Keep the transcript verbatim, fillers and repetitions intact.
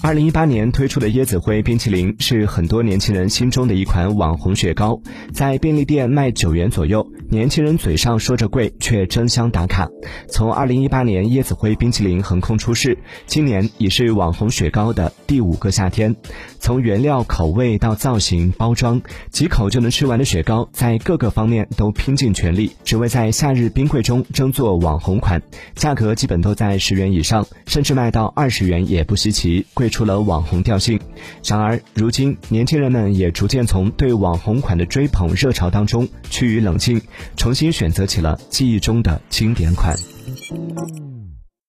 二零一八年推出的椰子灰冰淇淋是很多年轻人心中的一款网红雪糕，在便利店卖九元左右，年轻人嘴上说着贵，却争相打卡。从二零一八年椰子灰冰淇淋横空出世，今年已是网红雪糕的第五个夏天。从原料、口味到造型、包装，几口就能吃完的雪糕，在各个方面都拼尽全力，只为在夏日冰柜中争做网红款。价格基本都在十元以上，甚至卖到二十元也不稀奇，贵出了网红调性。然而如今年轻人们也逐渐从对网红款的追捧热潮当中趋于冷静，重新选择起了记忆中的经典款。